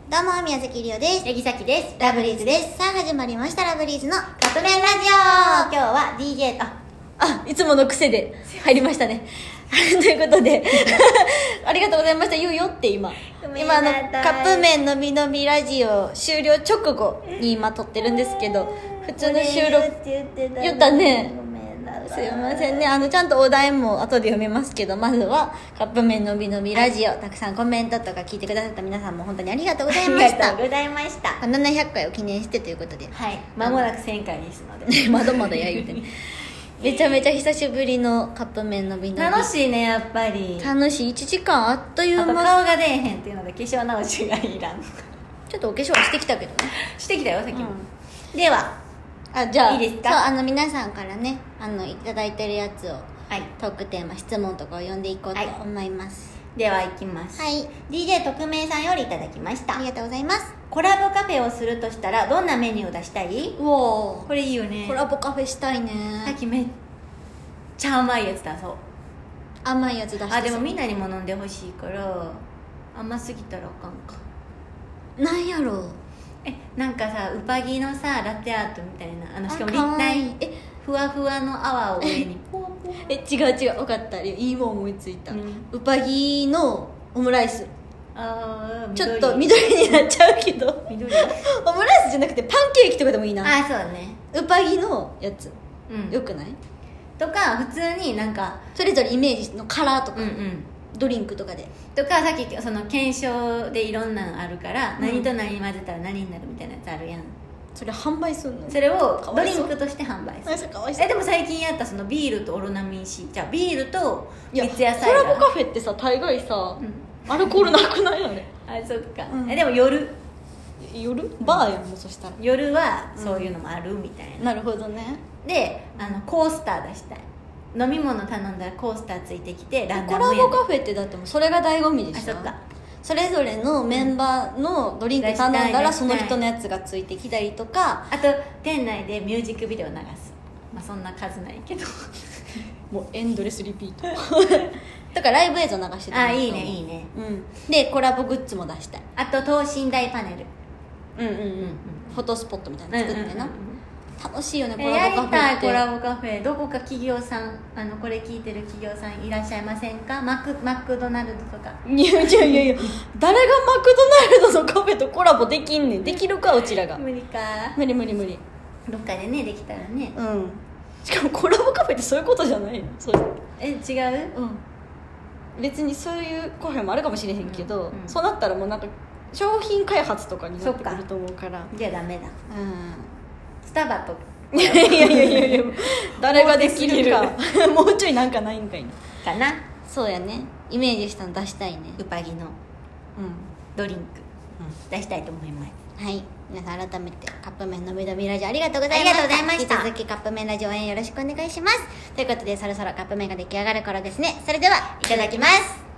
どうも、宮崎りおです。 八木崎です。 ラブリーズです。さあ、始まりました、ラブリーズのカカップ麺ラジオ。今日は DJ いつもの癖で入りましたねということでありがとうございました。言うよって今カップ麺のびのびラジオ終了直後に今撮ってるんですけど、普通の収録言ったね。すいませんね。ちゃんとお題も後で読めますけど、まずはカップ麺のびのびラジオ、たくさんコメントとか聞いてくださった皆さんも本当にありがとうございました。 ありがとうございました。 700回を記念してということで、 はい、間もなく1000回ですのでまだまだや言うてねめちゃめちゃ久しぶりのカップ麺のびのび。 楽しいね、やっぱり。 楽しい。1時間あっというあと間。 顔が出えへんっていうので化粧直しがいらんちょっとお化粧はしてきたけどね。 してきたよ、さっきも、ではじゃあいいですか。 そう、皆さんからねいただいてるやつを、 はい、 トークテーマ質問とかを読んでいこうと思います。 ではいきます。 はい、 DJ 特命さんよりいただきました。 ありがとうございます。 コラボカフェをするとしたらどんなメニューを出したい？ うおこれいいよね。 コラボカフェしたいね。 さっきめっちゃ甘いやつ出そう。 甘いやつ出して。 でもみんなにも飲んでほしいから甘すぎたらあかんか。 なんやろう。 なんかさ、ウパギのさラテアートみたいな、しかも立かわいい。 体ふわふわの泡を上にポワポワ違う分かった。いいもん思いついた、ウパギのオムライス。ちょっと緑になっちゃうけど緑オムライスじゃなくてパンケーキとかでもいいな。 そうだね。 ウパギのやつ、よくない？ とか普通になんかそれぞれイメージのカラーとか、 うんドリンクとかでとか、さっきその検証でいろんなのあるから、何と何混ぜたら何になるみたいなやつあるやん。 それ販売すんの？ それをドリかわいそうンクとして販売する。 かわいそう。 でも最近やったそのビールとオロナミン C、じゃあビールと三ツ矢サコイダー。 ラボカフェってさ、大概さ、アルコールなくない？あれそっか、 でも夜バーやん。もうそしたら夜はそういうのもあるみたいな、 なるほどね。 でコースター出したい。飲み物頼んだらコースターついてきてランコダムやん。 ラボカフェってだってもうそれが醍醐味でしょ。 そっか。 それぞれのメンバーのドリンク頼んだらその人のやつがついてきたりとか、 あと店内でミュージックビデオ流す。そんな数ないけどもうエンドレスリピートとかライブ映像流してたいいねいいね。 でコラボグッズも出したい。 あと等身大パネル、 フォトスポットみたいなの作ってな、楽しいよねコやりラボカフェって。 たい。コラボカフェどこか企業さんこれ聞いてる企業さんいらっしゃいませんか？マクドナルドとか。 いや誰がマクドナルドのカフェとコラボできんねん。できるかうちらが。 無理か。 無理どっかでねできたらね。 しかもコラボカフェってそういうことじゃないの？ 違う？ 別にそういうカフェもあるかもしれへんけど、そうなったらもうなんか商品開発とかになってくると思うから。 じゃあダメだ。スタバといや誰ができるかもうちょいなんかないんかいなかな。 そうやね。イメージしたの出したいね。 ウパギのドリンク出したいと思います。 はい、皆さん改めてカップ麺のびのびラジオありがとうございました。 ありがとうございました。 引き続きカップ麺ラジオ応援よろしくお願いします。ということでそろそろカップ麺が出来上がる頃ですね。それではいただきます。